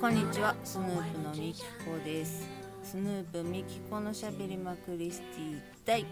こんにちは、スヌープのみきこです。スヌープみきこのしゃべりまクリスティ第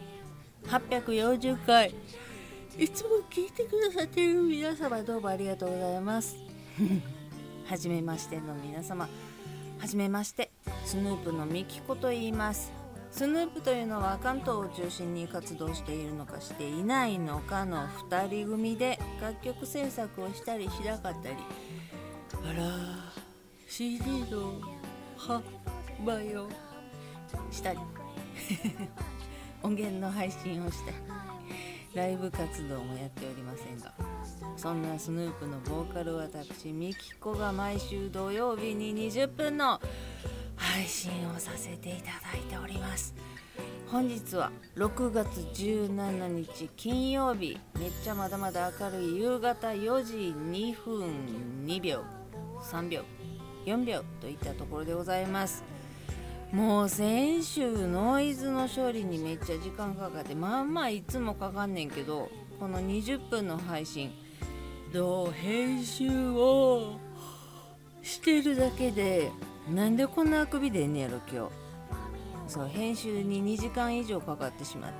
840回、いつも聞いてくださっている皆様、どうもありがとうございますはじめましての皆様、はじめまして。スヌープのみきこと言います。スヌープというのは関東を中心に活動しているのかしていないのかの2人組で楽曲制作をしたりしなかったり、あら CD の販売をしたり音源の配信をしたり、ライブ活動もやっておりませんが、そんなスヌープのボーカル私みきこが毎週土曜日に20分の配信をさせていただいております。本日は6月17日金曜日、めっちゃまだまだ明るい夕方4時2分2秒3秒4秒といったところでございます。もう先週ノイズの処理にめっちゃ時間かかって、まあまあいつもかかんねんけど、この20分の配信どう編集をしてるだけでなんでこんなあくびでんねやろ今日。そう、編集に2時間以上かかってしまって、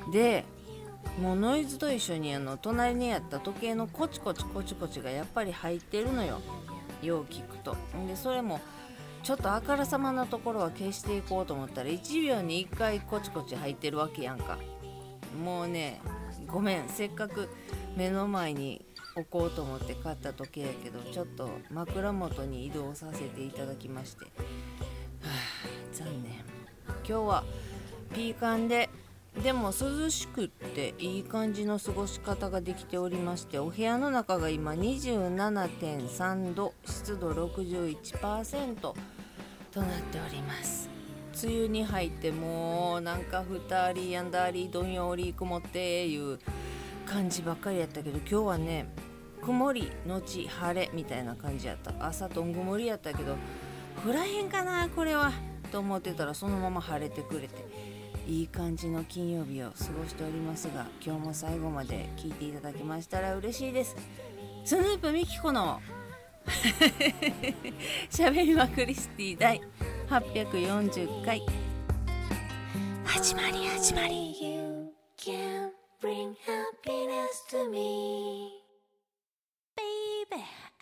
でもうノイズと一緒に隣にあった時計のコチコチコチコチがやっぱり入ってるのよ、よう聞くと。でそれもちょっとあからさまなところは消していこうと思ったら1秒に1回コチコチ入ってるわけやんか。もうね、ごめん、せっかく目の前に置こうと思って買った時計やけど、ちょっと枕元に移動させていただきまして、残念。今日はピーカンでも涼しくっていい感じの過ごし方ができておりまして、お部屋の中が今 27.3 度、湿度 61% となっております。梅雨に入ってもうなんか二人やんだりどんより曇っていう感じばっかりやったけど、今日はね、曇りのち晴れみたいな感じやった。朝どん曇りやったけど、降らへんかなこれはと思ってたら、そのまま晴れてくれていい感じの金曜日を過ごしておりますが、今日も最後まで聞いていただきましたら嬉しいです。スヌープみきこのしゃべりまクリスティ第840回始まり始まり。 You can bring happiness to me baby,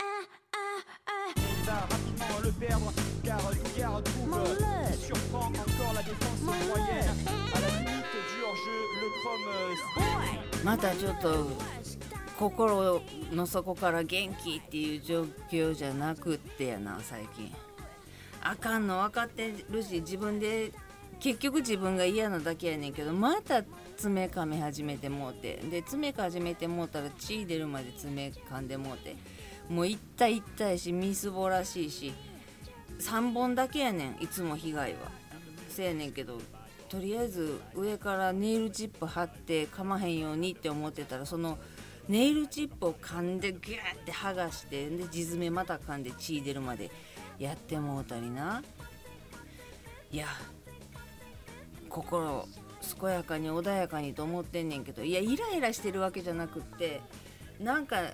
rapidement le perdre car Dugar trouve surprend encore la défense moyenne à la limite du hors-jeu. Le Chrome またちょっと心の底から元気っていう状況じゃなくってやな、最近あかんの分かってるし、自分で結局自分が嫌なだけやねんけど、また爪噛み始めてもうて、で爪噛み始めてもうたら血出るまで爪噛んでもうて、もう痛いやしみすぼらしいし、3本だけやねんいつも被害は。せやねんけど、とりあえず上からネイルチップ貼って噛まへんようにって思ってたら、そのネイルチップを噛んでギューって剥がして、で地爪また噛んで血出るまでやってもうたりな。いや、心健やかに穏やかにと思ってんねんけど、いやイライラしてるわけじゃなくって、なんか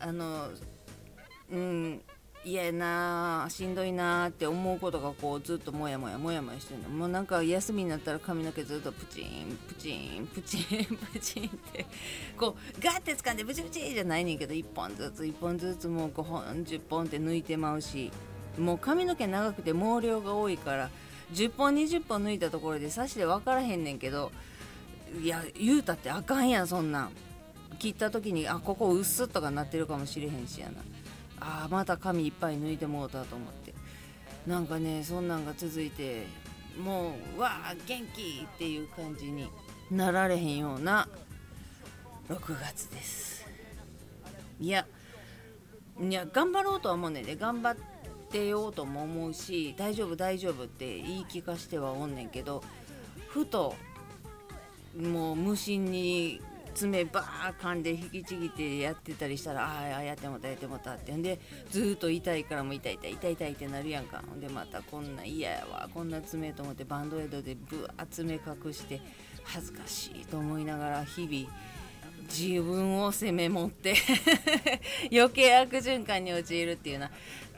嫌やな、しんどいなって思うことがこうずっともやもやしてるの。もうなんか休みになったら髪の毛ずっとプチンプチンプチンプチンってこうガーって掴んでプチプチじゃないねんけど、1本ずつもう5本10本って抜いてまうし、もう髪の毛長くて毛量が多いから10本20本抜いたところで刺して分からへんねんけど、いや言うたってあかんやん、そんなん切った時にここうっすとかなってるかもしれへんしやな。また髪いっぱい抜いてもうたと思って、なんかね、そんなんが続いて、もうわー元気っていう感じになられへんような6月です。いや頑張ろうとは思うねんで、頑張ってようとも思うし、大丈夫って言い聞かしてはおんねんけど、ふともう無心に爪バー噛んで引きちぎってやってたりしたら、やってもたってんで、ずーっと痛いからもう痛いってなるやんか。でまたこんな嫌やわこんな爪と思ってバンドエイドでブワー爪隠して恥ずかしいと思いながら日々自分を責め持って余計悪循環に陥るっていうな。ちく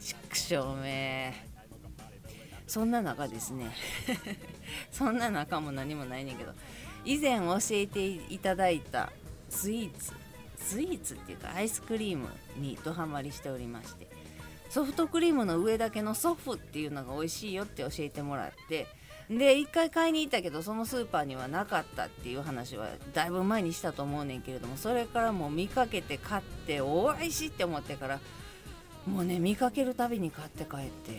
しょうね。そんな中ですねそんな中も何もないねんけど、以前教えていただいたスイーツっていうかアイスクリームにドハマりしておりまして、ソフトクリームの上だけのソフっていうのが美味しいよって教えてもらって、で一回買いに行ったけどそのスーパーにはなかったっていう話はだいぶ前にしたと思うねんけれども、それからもう見かけて買って美味しいって思ってからもうね、見かけるたびに買って帰って、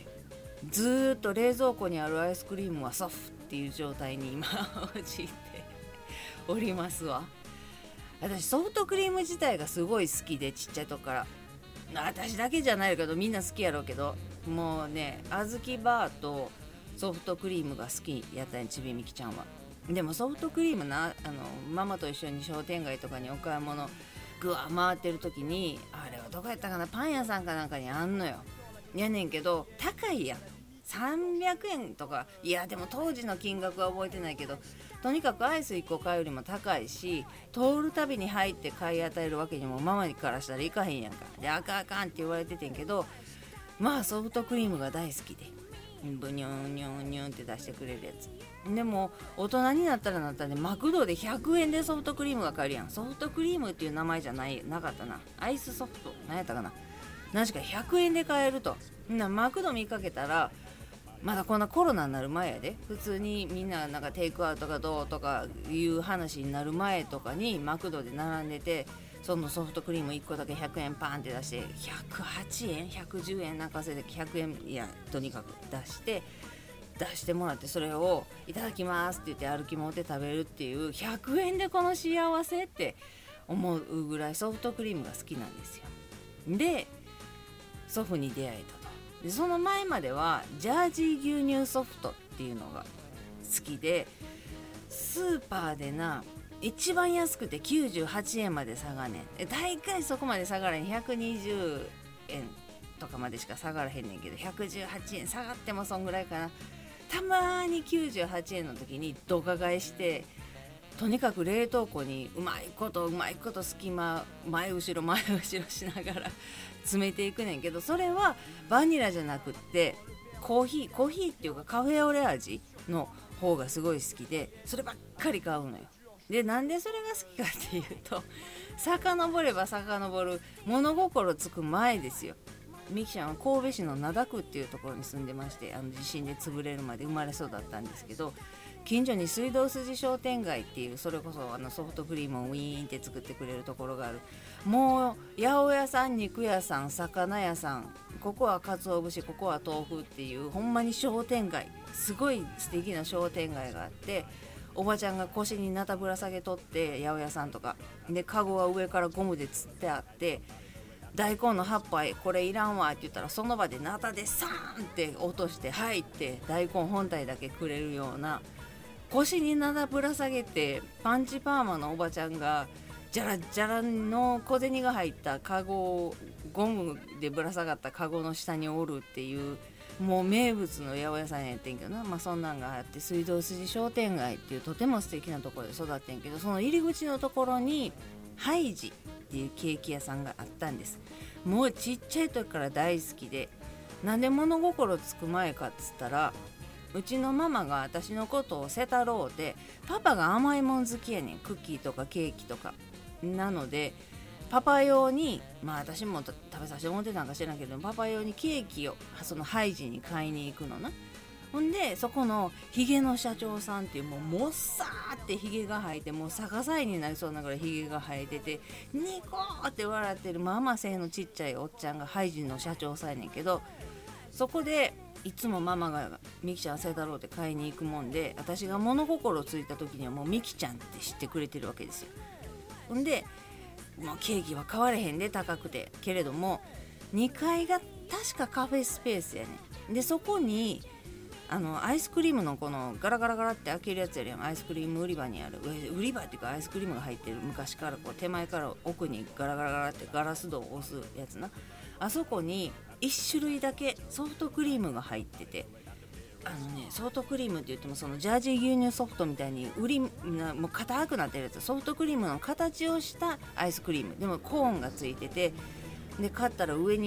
ずーっと冷蔵庫にあるアイスクリームはソフっていう状態に今陥っておりますわ。私ソフトクリーム自体がすごい好きで、ちっちゃい時から。私だけじゃないけどみんな好きやろうけど、もうね、小豆バーとソフトクリームが好きやったんや、ちびみきちゃんは。でもソフトクリームな、ママと一緒に商店街とかにお買い物ぐわ回ってる時に、あれはどこやったかな、パン屋さんかなんかにあんのよ。やねんけど高いやん、300円とか。いやでも当時の金額は覚えてないけど、とにかくアイス1個買うよりも高いし、通るたびに入って買い与えるわけにもママからしたらいかへんやんか。であかんあかんって言われててんけど、まあソフトクリームが大好きで、ブニュンニュンニュンって出してくれるやつ。でも大人になったらね、マクドで100円でソフトクリームが買えるやん。ソフトクリームっていう名前じゃなかったな、アイスソフト何やったかな、何しか100円で買えると。マクド見かけたら、まだこんなコロナになる前やで、普通にみんななんかテイクアウトがどうとかいう話になる前とかにマクドで並んでて、そのソフトクリーム1個だけ100円パンって出して、108円110円なんか忘れて100円、いやとにかく出してもらって、それをいただきますって言って歩き持って食べるっていう、100円でこの幸せって思うぐらいソフトクリームが好きなんですよ。で祖父に出会えたと。でその前まではジャージー牛乳ソフトっていうのが好きで、スーパーでな一番安くて98円まで下がんねん。大概そこまで下がらへん、120円とかまでしか下がらへんねんけど、118円下がってもそんぐらいかな。たまに98円の時にドカ買いして、とにかく冷凍庫にうまいこと隙間前後ろしながら詰めていくねんけど、それはバニラじゃなくってコーヒーっていうかカフェオレ味の方がすごい好きで、そればっかり買うのよ。でなんでそれが好きかっていうと、遡れば遡る物心つく前ですよ。ミキちゃんは神戸市の灘区っていうところに住んでまして、地震で潰れるまで生まれ育ったんですけど、近所に水道筋商店街っていう、それこそソフトクリームをウィーンって作ってくれるところがある。もう八百屋さん、肉屋さん、魚屋さん、ここは鰹節、ここは豆腐っていう、ほんまに商店街、すごい素敵な商店街があって、おばちゃんが腰になたぶら下げとって、八百屋さんとかでカゴは上からゴムでつってあって、大根の葉っぱこれいらんわって言ったら、その場でナタでサーンって落として入って大根本体だけくれるような、腰になだぶら下げてパンチパーマのおばちゃんがジャラジャラの小銭が入ったカゴをゴムでぶら下がったカゴの下におるっていう、もう名物の八百屋さんやってんけどな。まあそんなんがあって、水道筋商店街っていうとても素敵なところで育ってんけど、その入り口のところにハイジっていうケーキ屋さんがあったんです。もうちっちゃい時から大好きで、なんで物心つく前かっつったら、うちのママが私のことをセタロウで、パパが甘いもん好きやねん、クッキーとかケーキとかなので、パパ用に、まあ私も食べさせてもらってたんか知らんけど、パパ用にケーキをそのハイジに買いに行くのな。ほんでそこのヒゲの社長さんっていう、もうもっさーってヒゲが生えて、もう逆さいになりそうなぐらいヒゲが生えてて、ニコーって笑ってるママ背のちっちゃいおっちゃんがハイジの社長さんやねんけど、そこでいつもママがミキちゃんせ太郎って買いに行くもんで、私が物心ついた時にはもうミキちゃんって知ってくれてるわけですよ。ほんでもうケーキは買われへんで、高くて。けれども2階が確かカフェスペースやねん。でそこにアイスクリームのこのガラガラガラって開けるやつやるやん。アイスクリーム売り場にある、売り場っていうかアイスクリームが入ってる、昔からこう手前から奥にガラガラガラってガラス戸を押すやつな。あそこに1種類だけソフトクリームが入ってて、ソフトクリームって言ってもそのジャージー牛乳ソフトみたいにもう硬くなってるやつ、ソフトクリームの形をしたアイスクリームでもコーンがついてて、で買ったら上に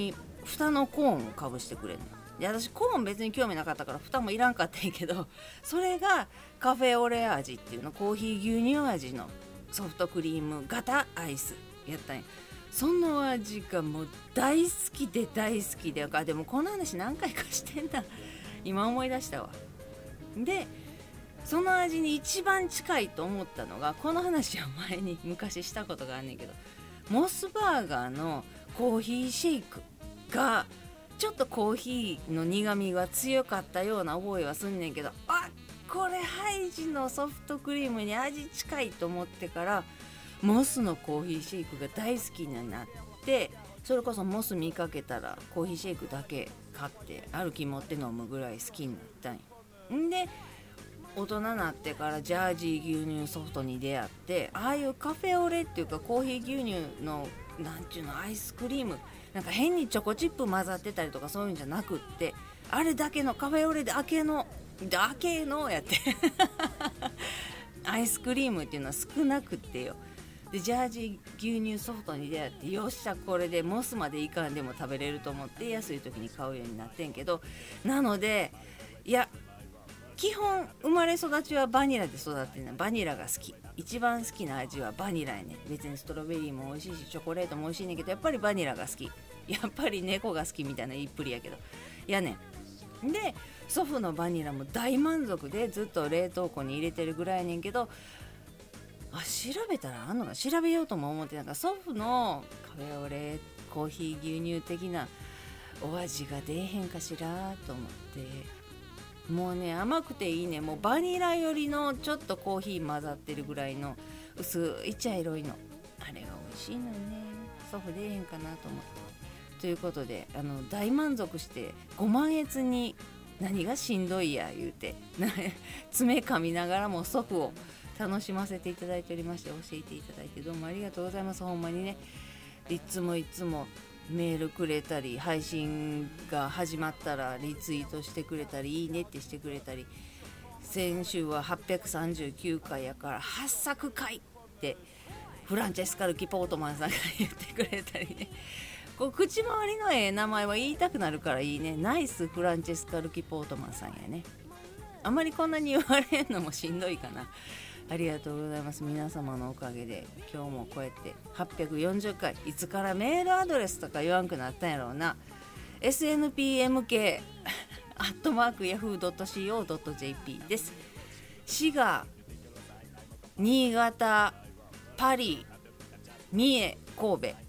蓋のコーンをかぶしてくれるの。で私コーン別に興味なかったから蓋もいらんかったんやけど、それがカフェオレ味っていうの、コーヒー牛乳味のソフトクリーム型アイスやったんや。その味がもう大好きで大好きで、でもこの話何回かしてんだ、今思い出したわ。でその味に一番近いと思ったのが、この話は前に昔したことがあんねんけど、モスバーガーのコーヒーシェイクがちょっとコーヒーの苦みが強かったような覚えはすんねんけど、これハイジのソフトクリームに味近いと思ってから、モスのコーヒーシェイクが大好きになって、それこそモス見かけたらコーヒーシェイクだけ買って歩き持って飲むぐらい好きになったんよ。んで大人になってからジャージー牛乳ソフトに出会って、ああいうカフェオレっていうかコーヒー牛乳のなんていうの、アイスクリームなんか変にチョコチップ混ざってたりとかそういうんじゃなくって、あれだけのカフェオレだけのやってアイスクリームっていうのは少なくってよ。でジャージー牛乳ソフトに出会って、よっしゃこれでモスまでいかんでも食べれると思って安い時に買うようになってんけど、なのでいや基本生まれ育ちはバニラで育ってるの。バニラが好き、一番好きな味はバニラやね。別にストロベリーも美味しいしチョコレートも美味しいねんけど、やっぱりバニラが好き。やっぱり猫が好きみたいな言いっぷりやけどやねん。で祖父のバニラも大満足でずっと冷凍庫に入れてるぐらいやねんけど、調べたらあんのか、調べようとも思って、なんか祖父のカフェオレコーヒー牛乳的なお味が出えへんかしらと思って、もうね甘くていいね。もうバニラよりのちょっとコーヒー混ざってるぐらいの薄い茶色いの、あれが美味しいのよね。祖父出えへんかなと思って、ということで大満足してご満悦に何がしんどいや言うて爪噛みながらも祖父を楽しませていただいておりまして、教えていただいてどうもありがとうございます。ほんまにね、いつもメールくれたり、配信が始まったらリツイートしてくれたり、いいねってしてくれたり、先週は839回やから8作回ってフランチェスカルキ・ポートマンさんが言ってくれたりね、こう口回りの名前は言いたくなるからいいね。ナイスフランチェスカルキ・ポートマンさんやね。あまりこんなに言われんのもしんどいかな。ありがとうございます。皆様のおかげで今日もこうやって840回、いつからメールアドレスとか言わんくなったんやろうな。snpmk@yahoo.co.jp です。滋賀、新潟、パリ、三重、神戸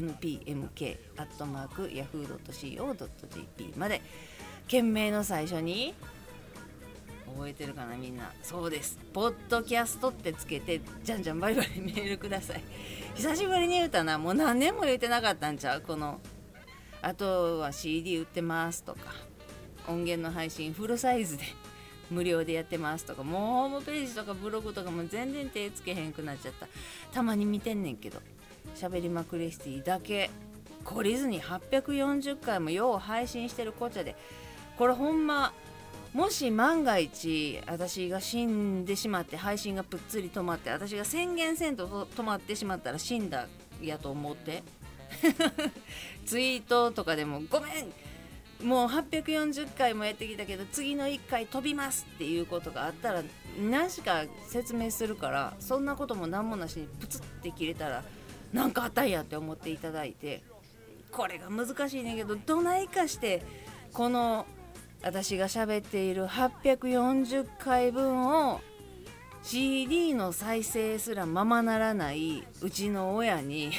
snpmk@yahoo.co.jp まで。件名の最初に覚えてるかなみんな。そうです、ポッドキャストってつけてじゃんじゃんバリバリメールください。久しぶりに言うたな。もう何年も言ってなかったんちゃう。あとは CD 売ってますとか、音源の配信フルサイズで無料でやってますとか、もうホームページとかブログとかも全然手つけへんくなっちゃった。たまに見てんねんけど、喋りまくりスティだけ懲りずに840回もよう配信してるこっちゃで、これほんまもし万が一私が死んでしまって配信がぷっつり止まって、私が宣言せんと止まってしまったら死んだやと思ってツイートとかでもごめんもう840回もやってきたけど次の1回飛びますっていうことがあったら何しか説明するから、そんなことも何もなしにプツって切れたらなんかあったんやって思っていただいて、これが難しいねんけど、どないかしてこの私が喋っている840回分を CD の再生すらままならないうちの親に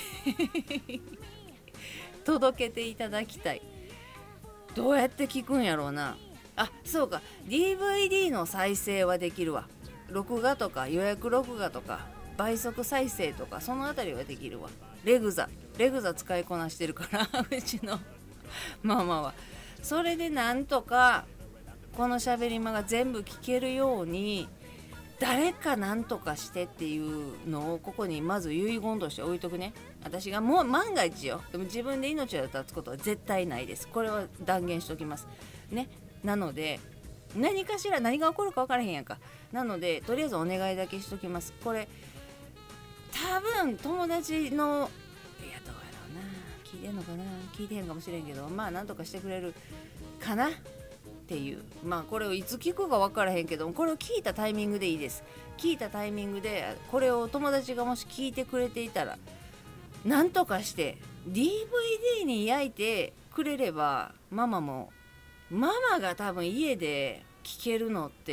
届けていただきたい。どうやって聞くんやろうな。そうか、 DVD の再生はできるわ。録画とか予約録画とか倍速再生とかそのあたりはできるわ。レグザ使いこなしてるからうちのママはそれでなんとかこのしゃべり間が全部聞けるように誰かなんとかしてっていうのをここにまず遺言として置いとくね。私がもう万が一よ、でも自分で命を絶つことは絶対ないです。これは断言しておきますね。なので何かしら何が起こるか分からへんやんか。なのでとりあえずお願いだけしときます。これ多分友達のどうやろうな、聞いいてんのかな、聞いてへんかもしれんけど、まあなんとかしてくれるかなっていう、まあこれをいつ聞くか分からへんけど、これを聞いたタイミングでいいです。聞いたタイミングでこれを友達がもし聞いてくれていたら、なんとかして DVD に焼いてくれれば、ママが多分家で聞けるのって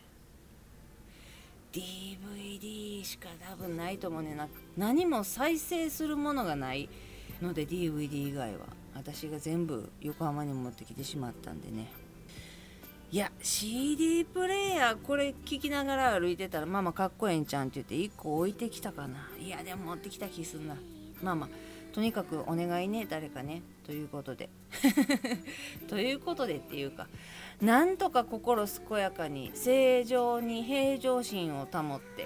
DVD しか多分ないと思うね。何も再生するものがないので、 DVD 以外は私が全部横浜に持ってきてしまったんでね。いや CD プレイヤーこれ聞きながら歩いてたら、ママかっこええんちゃんって言って1個置いてきたかな。いやでも持ってきた気すんな。まあとにかくお願いね、誰かね、ということでということでっていうか、なんとか心健やかに正常に平常心を保って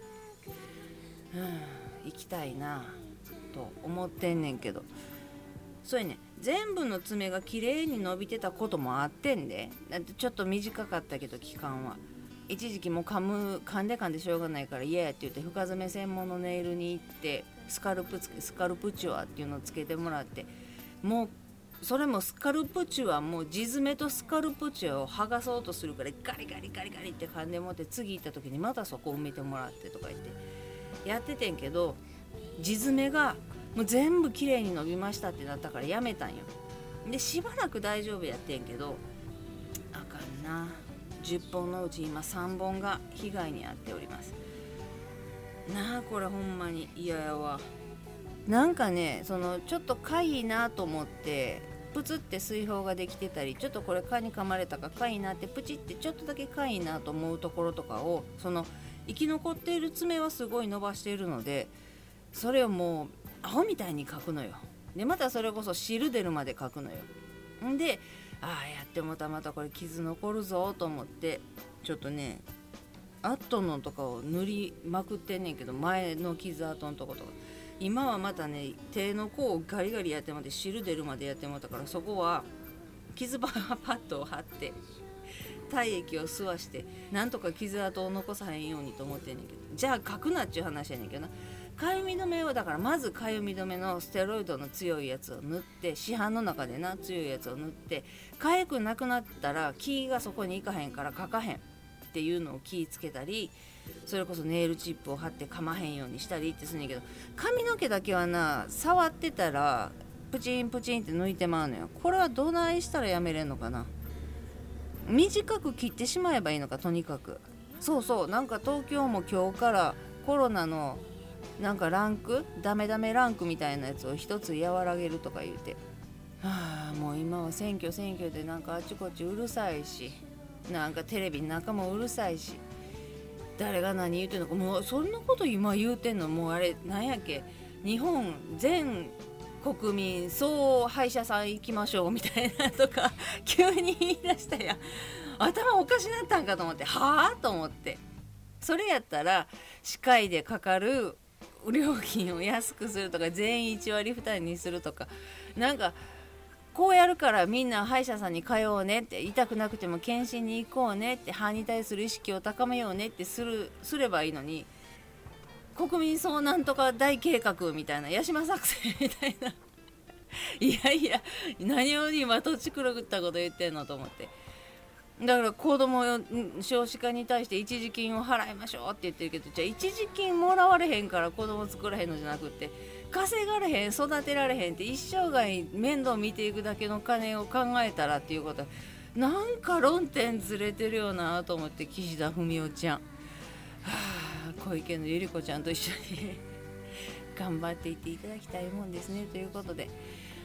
行きたいなと思ってんねんけど、そうやね、全部の爪が綺麗に伸びてたこともあってんで、だってちょっと短かったけど期間は、一時期もう噛んでしょうがないから嫌やって言って深爪専門のネイルに行ってスカルプチュアっていうのをつけてもらって、もうそれもスカルプチュアもう地爪とスカルプチュアを剥がそうとするからガリガリって噛んでもって、次行った時にまたそこを埋めてもらってとか言ってやっててんけど、地爪がもう全部綺麗に伸びましたってなったからやめたんよ。でしばらく大丈夫やってんけど、あかんな、10本のうち今3本が被害に遭っておりますなあ。これほんまに嫌やわ。なんかね、ちょっとかいいなと思ってプツって水泡ができてたり、ちょっとこれ蚊に噛まれたかかいなってプチってちょっとだけかいなと思うところとかを、生き残っている爪はすごい伸ばしているので、それをもうアホみたいに描くのよ。でまたそれこそ汁出るまで描くのよ。んでやってもまたこれ傷残るぞと思って、ちょっとねアットのとかを塗りまくってんねんけど、前の傷跡のとことか、今はまたね手の甲をガリガリやってもらって汁出るまでやってもらったから、そこは傷パッドを貼って体液を吸わしてなんとか傷跡を残さへんようにと思ってんねんけど、じゃあ描くなっちゅう話やねんけどな。かゆみ止めをだからまずかゆみ止めのステロイドの強いやつを塗って、市販の中でな強いやつを塗って、かゆくなくなったら気がそこに行かへんから描かへんっていうのを気ぃつけたり、それこそネイルチップを貼って噛まへんようにしたりってすんねんけど、髪の毛だけはな触ってたらプチンプチンって抜いてまうのよ。これはどないしたらやめれんのかな。短く切ってしまえばいいのか、とにかく。そうなんか東京も今日からコロナのなんかランクダメランクみたいなやつを一つ和らげるとか言うて、もう今は選挙でなんかあちこちうるさいし、なんかテレビの中もうるさいし、誰が何言うてんのか、もうそんなこと今言うてんの、もうあれなんやっけ、日本全国民そう歯医者さん行きましょうみたいなとか急に言い出したやん。頭おかしなったんかと思って、はぁと思って、それやったら歯科医でかかる料金を安くするとか、全員1割負担にするとか、なんかこうやるからみんな歯医者さんに通おうねって、痛くなくても検診に行こうねって、歯に対する意識を高めようねってすればいいのに、国民総なんとか大計画みたいな、八島作戦みたいな、いや何を今土地狂ったこと言ってんのと思って。だから子供少子化に対して一時金を払いましょうって言ってるけど、じゃあ一時金もらわれへんから子供作らへんのじゃなくって、稼がれへん育てられへんって一生涯面倒見ていくだけの金を考えたらっていうことは、なんか論点ずれてるよなと思って、岸田文雄ちゃん、小池のゆり子ちゃんと一緒に頑張っていっていただきたいもんですねということで、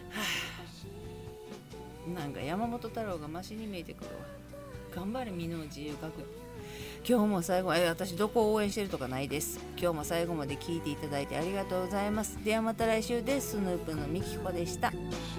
なんか山本太郎がマシに見えてくるわ。頑張れ美濃自由学。今日も最後私どこを応援してるとかないです。今日も最後まで聞いていただいてありがとうございます。ではまた来週です。スヌープのみきこでした。